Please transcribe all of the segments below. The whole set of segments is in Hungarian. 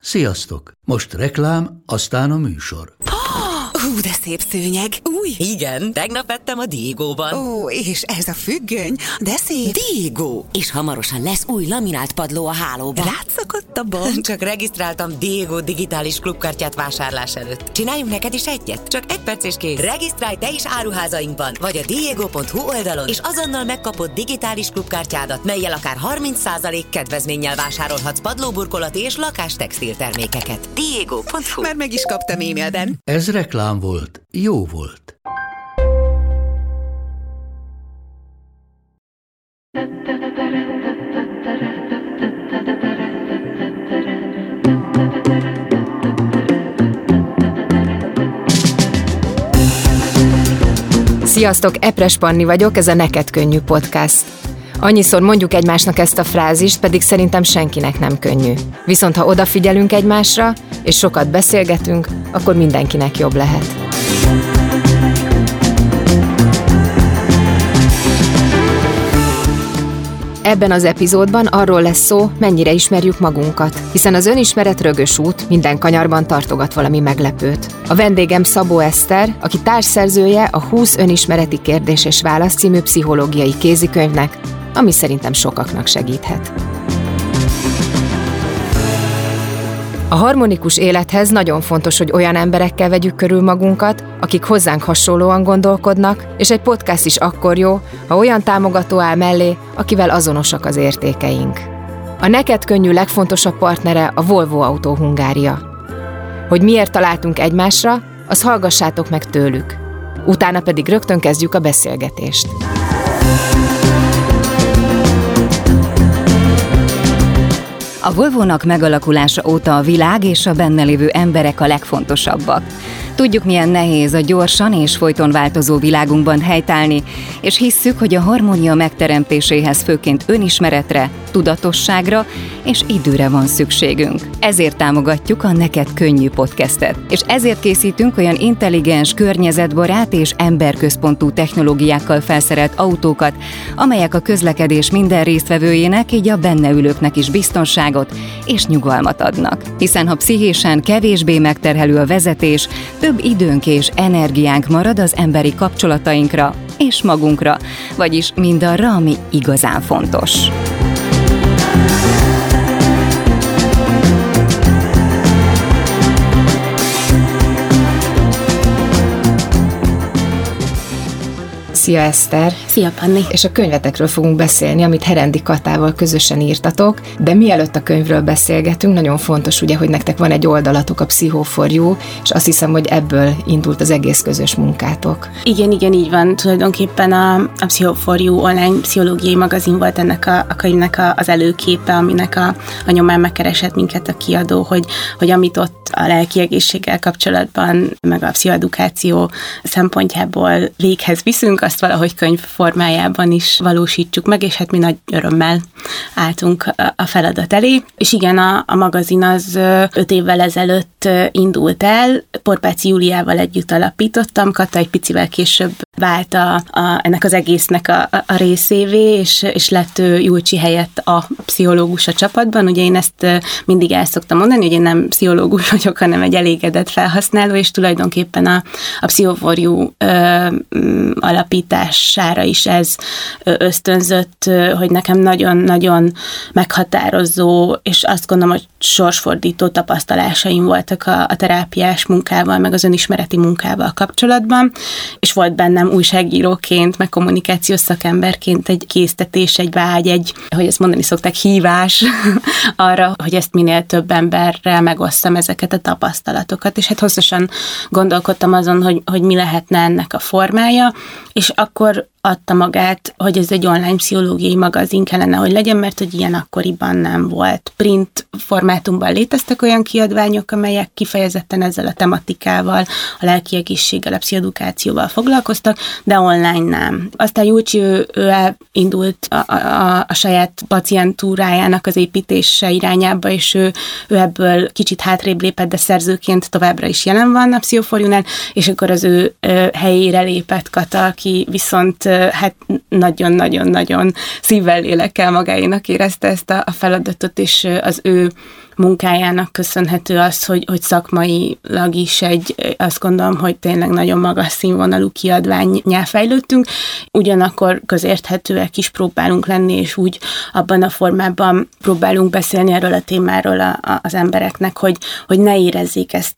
Sziasztok! Most reklám, aztán a műsor. Hú, de szép szőnyeg. Új. Igen, tegnap vettem a Diegóban. Ó, és ez a függöny, de szép. Diegó! És hamarosan lesz új laminált padló a hálóban. Rátszakadt a bank. Csak regisztráltam Diegó digitális klubkártyát vásárlás előtt. Csináljunk neked is egyet? Csak 1 perc és kész. Regisztrálj te is áruházainkban, vagy a diego.hu oldalon, és azonnal megkapod digitális klubkártyádat, mellyel akár 30% kedvezménnyel vásárolhatsz padlóburkolati és lakástextil termékeket. Diego.hu. Már meg is kaptam e-mailben. Ez reklám volt. Jó volt. Sziasztok, Epres Panni vagyok, ez a Neked Könnyű podcast. Annyiszor mondjuk egymásnak ezt a frázist, pedig szerintem senkinek nem könnyű. Viszont ha odafigyelünk egymásra, és sokat beszélgetünk, akkor mindenkinek jobb lehet. Ebben az epizódban arról lesz szó, mennyire ismerjük magunkat, hiszen az önismeret rögös út, minden kanyarban tartogat valami meglepőt. A vendégem Szabó Eszter, aki társszerzője a 20 önismereti kérdés és válasz című pszichológiai kézikönyvnek, ami szerintem sokaknak segíthet. A harmonikus élethez nagyon fontos, hogy olyan emberekkel vegyük körül magunkat, akik hozzánk hasonlóan gondolkodnak, és egy podcast is akkor jó, ha olyan támogató áll mellé, akivel azonosak az értékeink. A Neked Könnyű legfontosabb partnere a Volvo Autó Hungária. Hogy miért találtunk egymásra, azt hallgassátok meg tőlük. Utána pedig rögtön kezdjük a beszélgetést. A Volvónak megalakulása óta a világ és a benne lévő emberek a legfontosabbak. Tudjuk, milyen nehéz a gyorsan és folyton változó világunkban helytállni, és hisszük, hogy a harmónia megteremtéséhez főként önismeretre, tudatosságra és időre van szükségünk. Ezért támogatjuk a Neked Könnyű podcastet, és ezért készítünk olyan intelligens, környezetbarát és emberközpontú technológiákkal felszerelt autókat, amelyek a közlekedés minden résztvevőjének, így a benne ülőknek is biztonságot és nyugalmat adnak. Hiszen ha pszichésen kevésbé megterhelő a vezetés, több időnk és energiánk marad az emberi kapcsolatainkra és magunkra, vagyis mindarra, ami igazán fontos. Szia Eszter! Szia Panni! És a könyvetekről fogunk beszélni, amit Herendi Katával közösen írtatok, de mielőtt a könyvről beszélgetünk, nagyon fontos ugye, hogy nektek van egy oldalatok, a Psycho4You, és azt hiszem, hogy ebből indult az egész közös munkátok. Igen, így van. Tulajdonképpen a Psycho4You online pszichológiai magazin volt ennek a könyvnek az előképe, aminek a nyomán megkeresett minket a kiadó, hogy amit ott a lelki egészséggel kapcsolatban, meg a pszichoedukáció szempontjából véghez viszünk, azt valahogy könyv formájában is valósítsuk meg, és hát mi nagy örömmel álltunk a feladat elé. És igen, a magazin az 5 évvel ezelőtt indult el, Porpáci Júliával együtt alapítottam, Kata egy picivel később vált ennek az egésznek a részévé, és lett Julcsi helyett a pszichológus a csapatban. Ugye én ezt mindig el szoktam mondani, hogy én nem pszichológus vagyok, hanem egy elégedett felhasználó, és tulajdonképpen a Psycho4You alapítására is ez ösztönzött, hogy nekem nagyon-nagyon meghatározó, és azt gondolom, hogy sorsfordító tapasztalásaim voltak a terápiás munkával, meg az önismereti munkával kapcsolatban, és volt bennem újságíróként, meg kommunikációs szakemberként egy késztetés, egy vágy, hogy ezt mondani szokták, hívás arra, hogy ezt minél több emberrel megosztam ezeket a tapasztalatokat, és hát hosszasan gondolkodtam azon, hogy mi lehetne ennek a formája, és akkor adta magát, hogy ez egy online pszichológiai magazin kellene, hogy legyen, mert hogy ilyen akkoriban nem volt. Print formátumban léteztek olyan kiadványok, amelyek kifejezetten ezzel a tematikával, a lelki egészséggel, a pszichoedukációval foglalkoztak, de online nem. Aztán Julcsi, ő elindult a saját pacientúrájának az építése irányába, és ő ebből kicsit hátrébb lépett, de szerzőként továbbra is jelen van a Psycho4You-nál, és akkor az ő helyére lépett Kata, aki viszont hát nagyon-nagyon-nagyon szívvel, lélekkel magáénak érezte ezt a feladatot, és az ő munkájának köszönhető az, hogy szakmailag is azt gondolom, hogy tényleg nagyon magas színvonalú kiadvánnyá fejlődtünk, ugyanakkor közérthetőek is próbálunk lenni, és úgy abban a formában próbálunk beszélni erről a témáról az embereknek, hogy ne érezzék ezt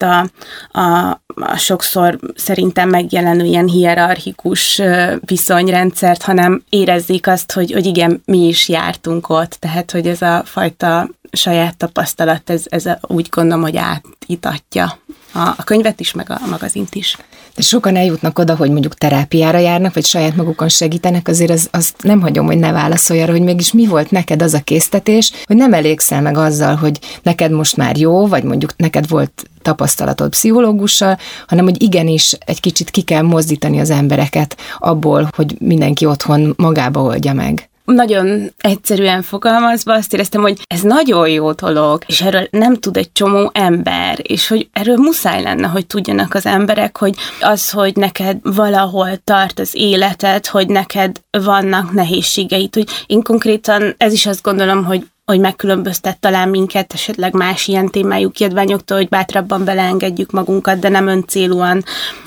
a sokszor szerintem megjelenő ilyen hierarchikus viszonyrendszert, hanem érezzék azt, hogy igen, mi is jártunk ott, tehát hogy ez a fajta saját tapasztalat, ez úgy gondolom, hogy átítatja a könyvet is, meg a magazint is. De sokan eljutnak oda, hogy mondjuk terápiára járnak, vagy saját magukon segítenek, azért azt nem hagyom, hogy ne válaszolj arra, hogy mégis mi volt neked az a késztetés, hogy nem elégszel meg azzal, hogy neked most már jó, vagy mondjuk neked volt tapasztalatod pszichológussal, hanem hogy igenis egy kicsit ki kell mozdítani az embereket abból, hogy mindenki otthon magába oldja meg. Nagyon egyszerűen fogalmazva azt éreztem, hogy ez nagyon jó dolog, és erről nem tud egy csomó ember, és hogy erről muszáj lenne, hogy tudjanak az emberek, hogy az, hogy neked valahol tart az életed, hogy neked vannak nehézségeid, hogy én konkrétan ez is azt gondolom, hogy megkülönböztet talán minket esetleg más ilyen témájú kiadványoktól, hogy bátrabban beleengedjük magunkat, de nem öncélúan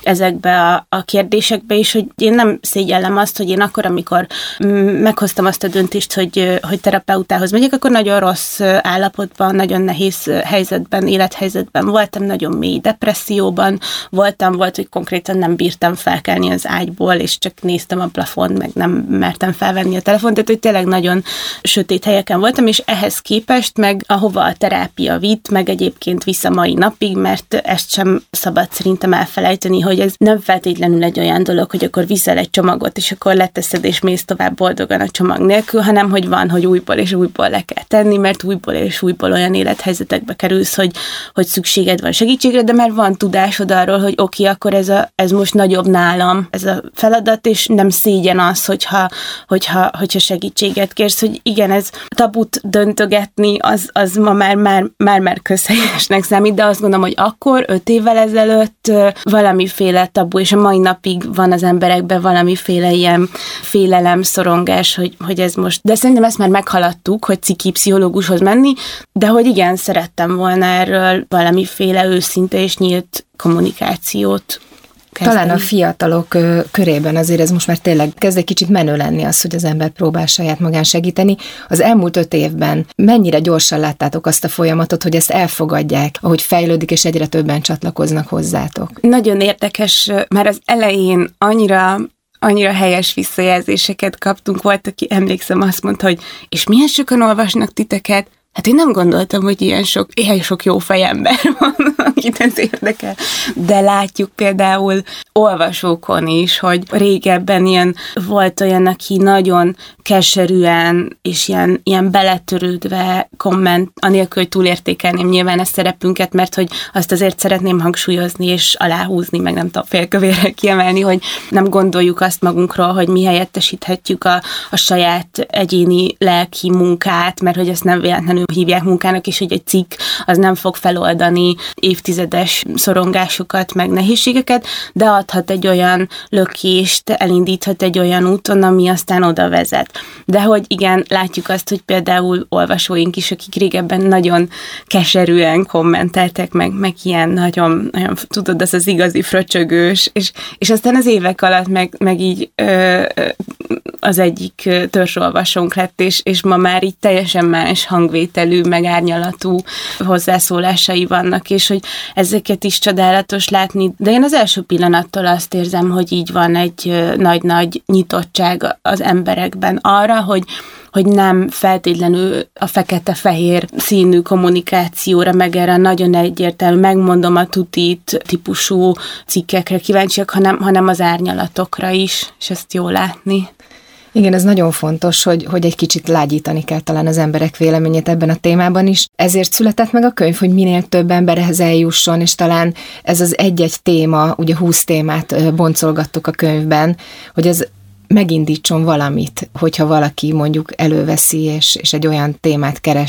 ezekbe a kérdésekbe, és hogy én nem szégyellem azt, hogy én akkor, amikor meghoztam azt a döntést, hogy terapeutához megyek, akkor nagyon rossz állapotban, nagyon nehéz helyzetben, élethelyzetben voltam, nagyon mély depresszióban volt, hogy konkrétan nem bírtam felkelni az ágyból, és csak néztem a plafont, meg nem mertem felvenni a telefont, tehát hogy tényleg nagyon sötét helyeken voltam, és ehhez képest meg ahova a terápia vitt, meg egyébként vissza mai napig, mert ezt sem szabad szerintem elfelejteni, hogy ez nem feltétlenül egy olyan dolog, hogy akkor viszel egy csomagot, és akkor leteszed, és mész tovább boldogan a csomag nélkül, hanem hogy van, hogy újból és újból le kell tenni, mert újból és újból olyan élethelyzetekbe kerülsz, hogy szükséged van segítségre, de már van tudásod arról, hogy oké, akkor ez most nagyobb nálam, ez a feladat, és nem szégyen az, hogyha segítséget kérsz, hogy igen, ez tabut döntögetni, az ma már közhelyesnek számít, de azt gondolom, hogy akkor 5 évvel ezelőtt valamiféle tabu, és a mai napig van az emberekben valamiféle ilyen félelem, szorongás, hogy ez most, de szerintem ezt már meghaladtuk, hogy ciki pszichológushoz menni, de hogy igen, szerettem volna erről valamiféle őszinte és nyílt kommunikációt kezdeni. Talán a fiatalok körében azért ez most már tényleg kezd egy kicsit menő lenni az, hogy az ember próbál saját magán segíteni. Az elmúlt 5 évben mennyire gyorsan láttátok azt a folyamatot, hogy ezt elfogadják, ahogy fejlődik, és egyre többen csatlakoznak hozzátok? Nagyon érdekes, már az elején annyira helyes visszajelzéseket kaptunk, volt, aki emlékszem azt mondta, hogy és milyen sokan olvasnak titeket? Hát én nem gondoltam, hogy ilyen sok jó fejember van, akit ez érdekel. De látjuk például olvasókon is, hogy régebben volt olyan, aki nagyon keserűen és ilyen beletörődve komment, anélkül, hogy túlértékelném nyilván a szerepünket, mert hogy azt azért szeretném hangsúlyozni és aláhúzni, meg nem tudom félkövérre kiemelni, hogy nem gondoljuk azt magunkról, hogy mi helyettesíthetjük a saját egyéni lelki munkát, mert hogy ezt nem véletlenül hívják munkának, és hogy egy cikk az nem fog feloldani évtizedes szorongásokat, meg nehézségeket, de adhat egy olyan lökést, elindíthat egy olyan úton, ami aztán oda vezet. De hogy igen, látjuk azt, hogy például olvasóink is, akik régebben nagyon keserűen kommenteltek, meg ilyen nagyon tudod, az igazi fröcsögős, és aztán az évek alatt meg így az egyik törzsolvasónk lett, és ma már így teljesen más hangvételű, meg árnyalatú hozzászólásai vannak, és hogy ezeket is csodálatos látni. De én az első pillanattól azt érzem, hogy így van egy nagy-nagy nyitottság az emberekben arra, hogy nem feltétlenül a fekete-fehér színű kommunikációra, meg erre nagyon egyértelmű, megmondom a tutit típusú cikkekre kíváncsiak, hanem az árnyalatokra is, és ezt jól látni. Igen, ez nagyon fontos, hogy egy kicsit lágyítani kell talán az emberek véleményét ebben a témában is. Ezért született meg a könyv, hogy minél több emberhez eljusson, és talán ez az egy-egy téma, ugye 20 témát boncolgattuk a könyvben, hogy ez megindítson valamit, hogyha valaki mondjuk előveszi, és egy olyan témát keres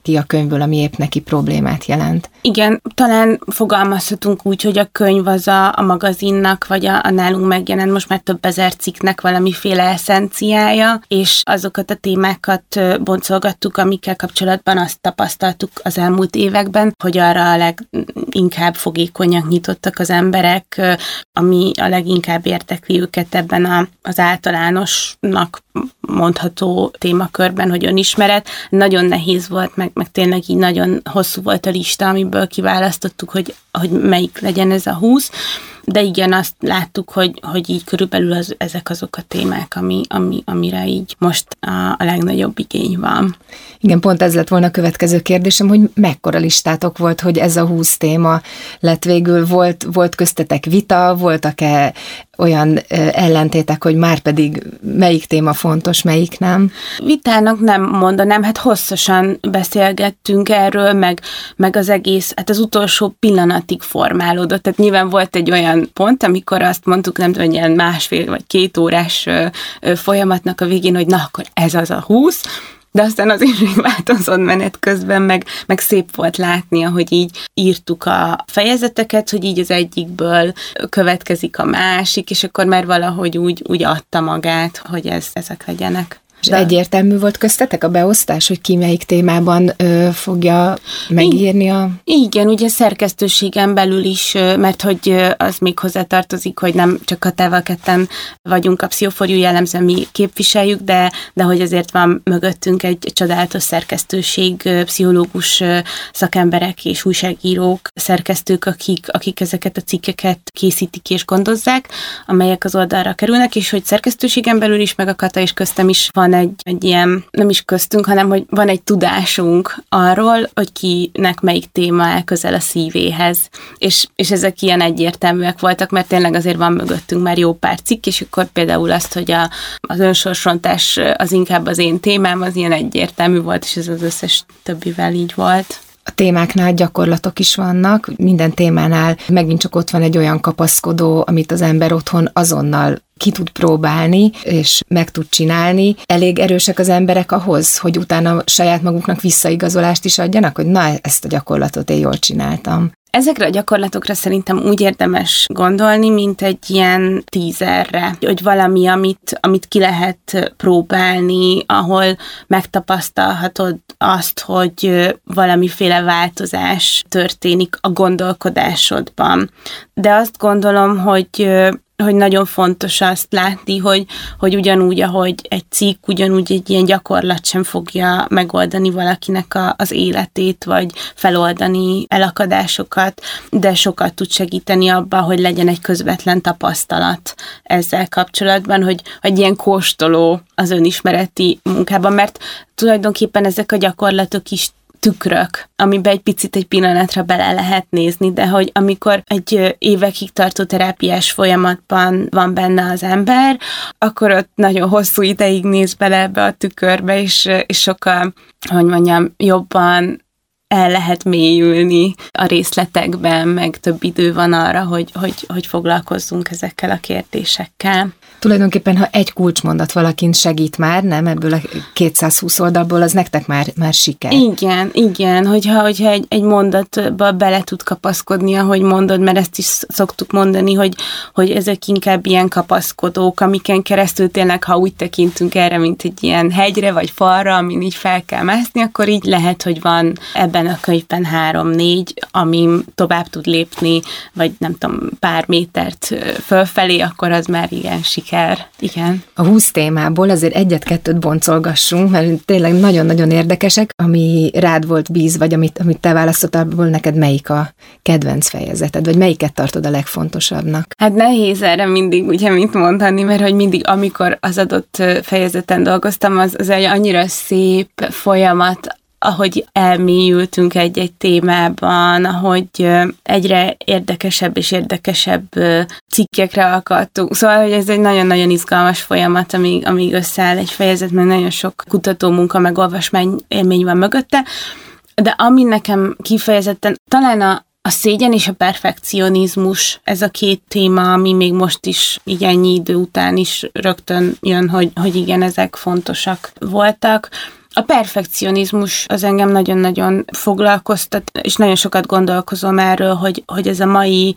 ki a könyvből, ami épp neki problémát jelent. Igen, talán fogalmazhatunk úgy, hogy a könyv az a magazinnak, vagy a nálunk megjelent most már több ezer cikknek valamiféle eszenciája, és azokat a témákat boncolgattuk, amikkel kapcsolatban azt tapasztaltuk az elmúlt években, hogy arra a leginkább fogékonyak nyitottak az emberek, ami a leginkább érdekli őket ebben az általánosnak mondható témakörben, hogy önismeret. Nagyon nehéz volt, meg tényleg így nagyon hosszú volt a lista, amiből kiválasztottuk, hogy melyik legyen ez a 20, de igen, azt láttuk, hogy így körülbelül ezek azok a témák, amire így most a legnagyobb igény van. Igen, pont ez lett volna a következő kérdésem, hogy mekkora listátok volt, hogy ez a 20 téma lett végül, volt köztetek vita, voltak-e olyan ellentétek, hogy már pedig melyik téma fontos, melyik nem? Vitának nem mondanám, hát hosszasan beszélgettünk erről, meg az egész, hát az utolsó pillanatig formálódott, tehát nyilván volt egy olyan pont, amikor azt mondtuk, nem tudom, ilyen 1,5 vagy 2 órás folyamatnak a végén, hogy na, akkor ez az a 20, de aztán azért még változott menet közben, meg szép volt látni, ahogy így írtuk a fejezeteket, hogy így az egyikből következik a másik, és akkor már valahogy úgy adta magát, hogy ezek legyenek. És egyértelmű volt köztetek a beosztás, hogy ki melyik témában fogja megírni a... Igen, ugye szerkesztőségen belül is, mert hogy az még hozzátartozik, hogy nem csak a Tával ketten vagyunk a Pszichoforjú, jellemzően mi képviseljük, de hogy azért van mögöttünk egy csodálatos szerkesztőség, pszichológus szakemberek és újságírók, szerkesztők, akik ezeket a cikkeket készítik és gondozzák, amelyek az oldalra kerülnek, és hogy szerkesztőségen belül is, meg a Kata és köztem is van egy ilyen, nem is köztünk, hanem hogy van egy tudásunk arról, hogy kinek melyik téma áll közel a szívéhez. És ezek ilyen egyértelműek voltak, mert tényleg azért van mögöttünk már jó pár cikk, és akkor például azt, hogy az önsorsrontás az inkább az én témám, az ilyen egyértelmű volt, és ez az összes többivel így volt. A témáknál gyakorlatok is vannak, minden témánál megint csak ott van egy olyan kapaszkodó, amit az ember otthon azonnal ki tud próbálni, és meg tud csinálni. Elég erősek az emberek ahhoz, hogy utána saját maguknak visszaigazolást is adjanak, hogy na, ezt a gyakorlatot én jól csináltam. Ezekre a gyakorlatokra szerintem úgy érdemes gondolni, mint egy ilyen tízerre, hogy valami, amit ki lehet próbálni, ahol megtapasztalhatod azt, hogy valamiféle változás történik a gondolkodásodban. De azt gondolom, hogy nagyon fontos azt látni, hogy ugyanúgy, ahogy egy cikk, ugyanúgy egy ilyen gyakorlat sem fogja megoldani valakinek az életét, vagy feloldani elakadásokat, de sokat tud segíteni abban, hogy legyen egy közvetlen tapasztalat ezzel kapcsolatban, hogy ilyen kóstoló az önismereti munkában, mert tulajdonképpen ezek a gyakorlatok is tükrök, amiben egy picit egy pillanatra bele lehet nézni, de hogy amikor egy évekig tartó terápiás folyamatban van benne az ember, akkor ott nagyon hosszú ideig néz bele ebbe a tükörbe, és sokkal, hogy mondjam, jobban el lehet mélyülni a részletekben, meg több idő van arra, hogy foglalkozzunk ezekkel a kérdésekkel. Tulajdonképpen, ha egy kulcsmondat valakin segít már, nem ebből a 220 oldalból, az nektek már siker. Igen, hogyha egy mondatba bele tud kapaszkodni, ahogy mondod, mert ezt is szoktuk mondani, hogy ezek inkább ilyen kapaszkodók, amiken keresztül tényleg, ha úgy tekintünk erre, mint egy ilyen hegyre vagy falra, amin így fel kell mászni, akkor így lehet, hogy van ebben a könyvben 3-4, amin tovább tud lépni, vagy nem tudom, pár métert fölfelé, akkor az már igen siker. Igen. A 20 témából azért 1-2 boncolgassunk, mert tényleg nagyon-nagyon érdekesek, ami rád volt bíz, vagy amit te választottál, abból neked melyik a kedvenc fejezeted, vagy melyiket tartod a legfontosabbnak? Hát nehéz erre mindig, ugye, mit mondani, mert hogy mindig, amikor az adott fejezeten dolgoztam, az egy annyira szép folyamat, ahogy elmélyültünk egy témában, ahogy egyre érdekesebb és érdekesebb cikkekre akadtunk. Szóval, hogy ez egy nagyon-nagyon izgalmas folyamat, amíg összeáll egy fejezet, mert nagyon sok kutatómunka, meg olvasmány élmény van mögötte. De ami nekem kifejezetten, talán a szégyen és a perfekcionizmus, ez a 2 téma, ami még most is így ennyi idő után is rögtön jön, hogy igen, ezek fontosak voltak. A perfekcionizmus az engem nagyon-nagyon foglalkoztat, és nagyon sokat gondolkozom erről, hogy ez a mai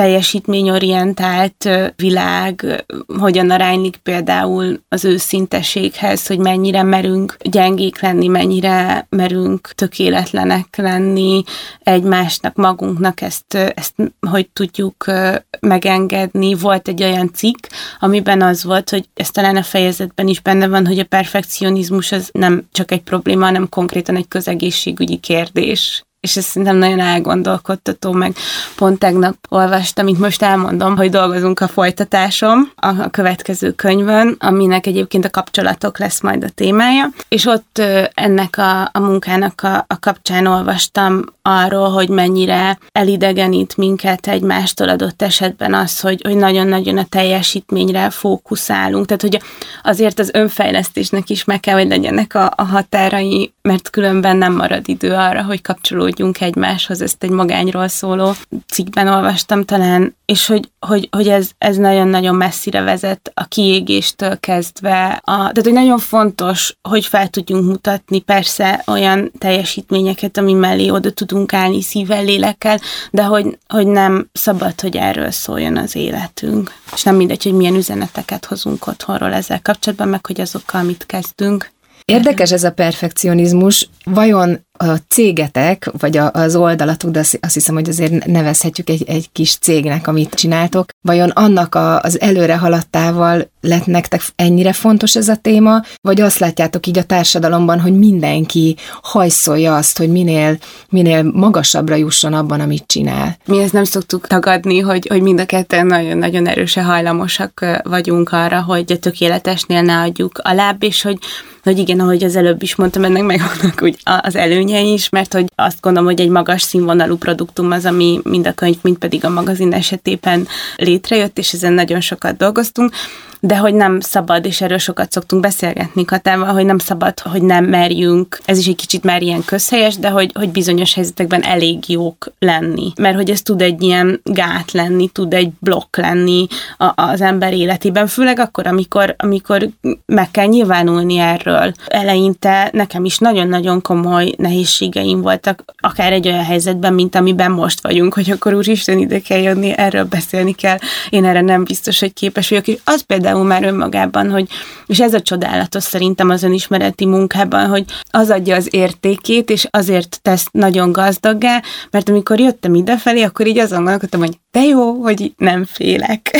teljesítményorientált világ hogyan aránylik például az őszinteséghez, hogy mennyire merünk gyengék lenni, mennyire merünk tökéletlenek lenni egymásnak, magunknak, ezt hogy tudjuk megengedni. Volt egy olyan cikk, amiben az volt, hogy ez talán a fejezetben is benne van, hogy a perfekcionizmus az nem csak egy probléma, hanem konkrétan egy közegészségügyi kérdés. És ez szerintem nagyon elgondolkodtató, meg pont tegnap olvastam, mint most elmondom, hogy dolgozunk a folytatásom a következő könyvön, aminek egyébként a kapcsolatok lesz majd a témája, és ott ennek a munkának a kapcsán olvastam arról, hogy mennyire elidegenít minket egymástól adott esetben az, hogy nagyon-nagyon a teljesítményre fókuszálunk. Tehát, hogy azért az önfejlesztésnek is meg kell, hogy legyenek a határai, mert különben nem marad idő arra, hogy kapcsolódjunk egymáshoz. Ezt egy magányról szóló cikkben olvastam talán, és hogy ez nagyon-nagyon messzire vezet a kiégéstől kezdve. Tehát, hogy nagyon fontos, hogy fel tudjunk mutatni persze olyan teljesítményeket, ami mellé oda tudunk állni szívvel, lélekkel, de hogy nem szabad, hogy erről szóljon az életünk. És nem mindegy, hogy milyen üzeneteket hozunk otthonról ezzel kapcsolatban, meg hogy azokkal mit kezdünk. Érdekes ez a perfekcionizmus. Vajon a cégetek, vagy az oldalatuk, de azt hiszem, hogy azért nevezhetjük egy kis cégnek, amit csináltok, vajon annak az előre haladtával lett nektek ennyire fontos ez a téma, vagy azt látjátok így a társadalomban, hogy mindenki hajszolja azt, hogy minél magasabbra jusson abban, amit csinál? Mi ezt nem szoktuk tagadni, hogy mind a ketten nagyon-nagyon erősen hajlamosak vagyunk arra, hogy a tökéletesnél ne adjuk alább, és hogy igen, ahogy az előbb is mondtam, ennek megvannak úgy az előnyei is, mert hogy azt gondolom, hogy egy magas színvonalú produktum az, ami mind a könyv, mind pedig a magazin esetében létrejött, és ezen nagyon sokat dolgoztunk, de hogy nem szabad, és erről sokat szoktunk beszélgetni Katával, hogy nem szabad, hogy nem merjünk, ez is egy kicsit már ilyen közhelyes, de hogy bizonyos helyzetekben elég jók lenni. Mert hogy ez tud egy ilyen gát lenni, tud egy blokk lenni az ember életében, főleg akkor, amikor meg kell nyilvánulni erről. Eleinte nekem is nagyon-nagyon komoly nehézségeim voltak, akár egy olyan helyzetben, mint amiben most vagyunk, hogy akkor úristen, ide kell jönni, erről beszélni kell, én erre nem biztos, hogy képes vagyok, és az például már önmagában, és ez a csodálatos szerintem az önismereti munkában, hogy az adja az értékét, és azért tesz nagyon gazdaggá, mert amikor jöttem idefelé, akkor így azon gondolkodtam, hogy de jó, hogy nem félek,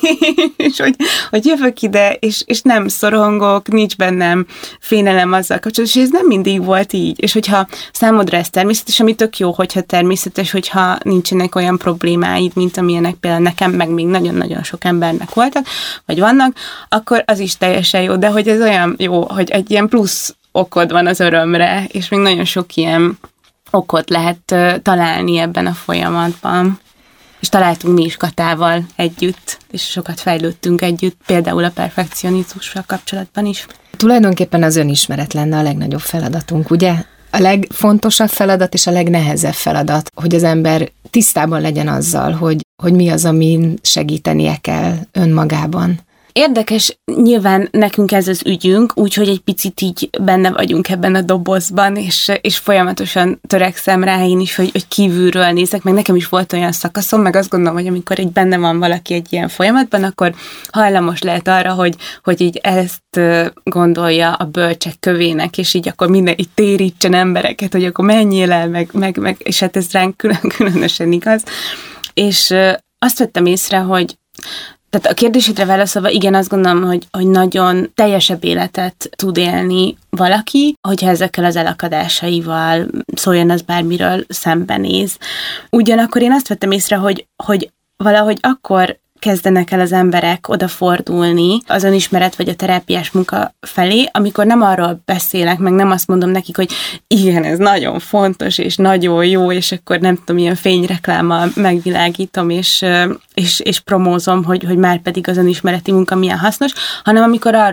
és hogy jövök ide, és nem szorongok, nincs bennem félelem azzal kapcsolatban, és ez nem mindig volt így, és hogyha számodra ez természetes, ami tök jó, hogyha természetes, hogyha nincsenek olyan problémáid, mint amilyenek például nekem, meg még nagyon-nagyon sok embernek voltak, vagy vannak, akkor az is teljesen jó, de hogy ez olyan jó, hogy egy ilyen plusz okod van az örömre, és még nagyon sok ilyen okot lehet találni ebben a folyamatban. És találtunk mi is Katával együtt, és sokat fejlődtünk együtt, például a perfekcionizmussal kapcsolatban is. Tulajdonképpen az önismeret lenne a legnagyobb feladatunk, ugye? A legfontosabb feladat és a legnehezebb feladat, hogy az ember tisztában legyen azzal, hogy mi az, amin segítenie kell önmagában. Érdekes, nyilván nekünk ez az ügyünk, úgyhogy egy picit így benne vagyunk ebben a dobozban, és folyamatosan törekszem rá én is, hogy kívülről nézek, meg nekem is volt olyan szakaszom, meg azt gondolom, hogy amikor így benne van valaki egy ilyen folyamatban, akkor hajlamos lehet arra, hogy így ezt gondolja a bölcsek kövének, és így akkor minden így térítsen embereket, hogy akkor menjél el, meg és hát ez ránk különösen igaz. És azt vettem észre, hogy tehát a kérdésedre válaszolva, igen, azt gondolom, hogy nagyon teljesebb életet tud élni valaki, hogyha ezekkel az elakadásaival szóljon, az bármiről szembenéz. Ugyanakkor én azt vettem észre, hogy valahogy akkor kezdenek el az emberek odafordulni az önismeret vagy a terápiás munka felé, amikor nem arról beszélek, meg nem azt mondom nekik, hogy igen, ez nagyon fontos, és nagyon jó, és akkor nem tudom, ilyen fényreklámmal megvilágítom, és promózom, hogy már pedig az önismereti munka milyen hasznos, hanem amikor arról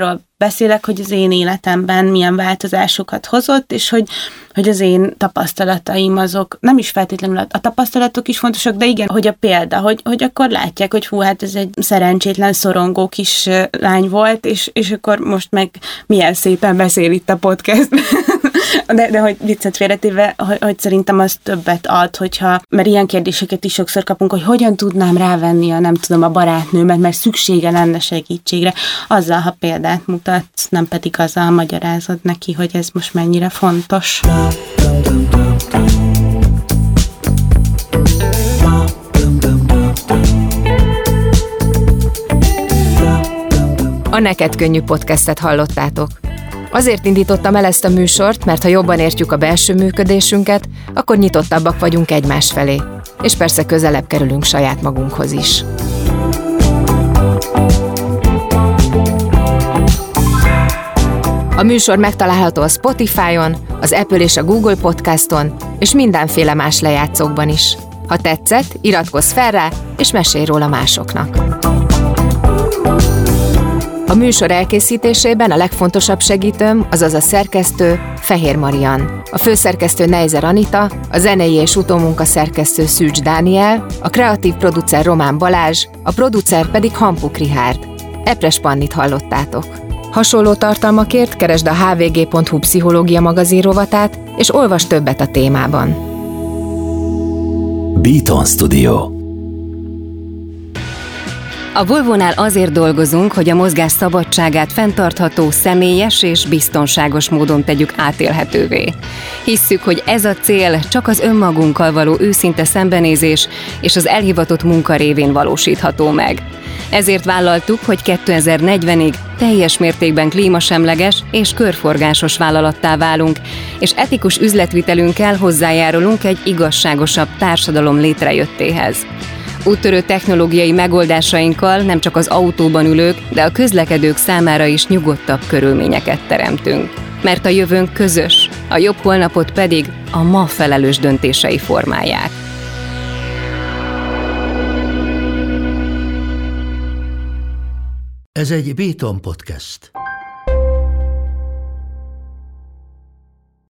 beszélek, hogy az én életemben milyen változásokat hozott, és hogy az én tapasztalataim azok, nem is feltétlenül a tapasztalatok is fontosak, de igen, hogy a példa, hogy akkor látják, hogy hú, hát ez egy szerencsétlen, szorongó kis lány volt, és akkor most meg milyen szépen beszél itt a podcastben. De hogy viccet félretéve, hogy szerintem az többet ad, mert ilyen kérdéseket is sokszor kapunk, hogy hogyan tudnám rávenni a barátnőmet, mert szüksége lenne segítségre, azzal, ha példát mutatsz, nem pedig azzal magyarázod neki, hogy ez most mennyire fontos. A Neked Könnyű podcastet hallottátok. Azért indítottam el ezt a műsort, mert ha jobban értjük a belső működésünket, akkor nyitottabbak vagyunk egymás felé, és persze közelebb kerülünk saját magunkhoz is. A műsor megtalálható a Spotify-on, az Apple és a Google Podcaston, és mindenféle más lejátszókban is. Ha tetszett, iratkozz fel rá, és mesélj róla másoknak. A műsor elkészítésében a legfontosabb segítőm, azaz a szerkesztő Fehér Marian, a főszerkesztő Neizer Anita, a zenei és utómunkaszerkesztő Szűcs Dániel, a kreatív producer Román Balázs, a producer pedig Hampuk Richárd. Epres Pannit hallottátok. Hasonló tartalmakért keresd a hvg.hu pszichológia magazin rovatát, és olvasd többet a témában. Beaton Studio. A Volvónál azért dolgozunk, hogy a mozgás szabadságát fenntartható, személyes és biztonságos módon tegyük átélhetővé. Hisszük, hogy ez a cél csak az önmagunkkal való őszinte szembenézés és az elhivatott munka révén valósítható meg. Ezért vállaltuk, hogy 2040-ig teljes mértékben klímasemleges és körforgásos vállalattá válunk, és etikus üzletvitelünkkel hozzájárulunk egy igazságosabb társadalom létrejöttéhez. Úttörő technológiai megoldásainkkal nem csak az autóban ülők, de a közlekedők számára is nyugodtabb körülményeket teremtünk. Mert a jövőnk közös, a jobb holnapot pedig a ma felelős döntései formálják. Ez egy Beaton Podcast.